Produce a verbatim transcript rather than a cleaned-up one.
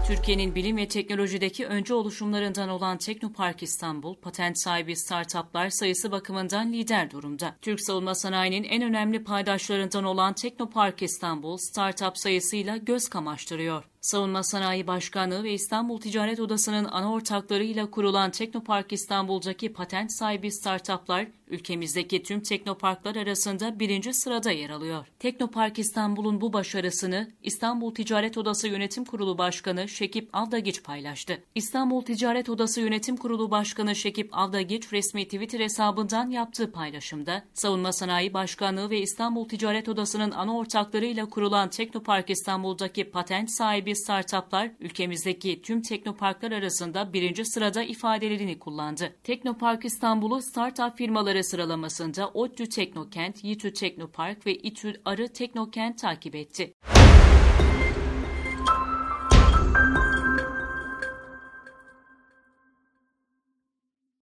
Türkiye'nin bilim ve teknolojideki öncü oluşumlarından olan Teknopark İstanbul, patent sahibi startuplar sayısı bakımından lider durumda. Türk savunma sanayinin en önemli paydaşlarından olan Teknopark İstanbul, startup sayısıyla göz kamaştırıyor. Savunma Sanayi Başkanlığı ve İstanbul Ticaret Odası'nın ana ortaklarıyla kurulan Teknopark İstanbul'daki patent sahibi startuplar, ülkemizdeki tüm teknoparklar arasında birinci sırada yer alıyor. Teknopark İstanbul'un bu başarısını İstanbul Ticaret Odası Yönetim Kurulu Başkanı Şekip Avdagiç paylaştı. İstanbul Ticaret Odası Yönetim Kurulu Başkanı Şekip Avdagiç resmi Twitter hesabından yaptığı paylaşımda, Savunma Sanayi Başkanlığı ve İstanbul Ticaret Odası'nın ana ortaklarıyla kurulan Teknopark İstanbul'daki patent sahibi startuplar ülkemizdeki tüm teknoparklar arasında birinci sırada ifadelerini kullandı. Teknopark İstanbul'u startup firmaları sıralamasında ODTÜ Teknokent, YİTÜ Teknopark ve İTÜ Arı Teknokent takip etti.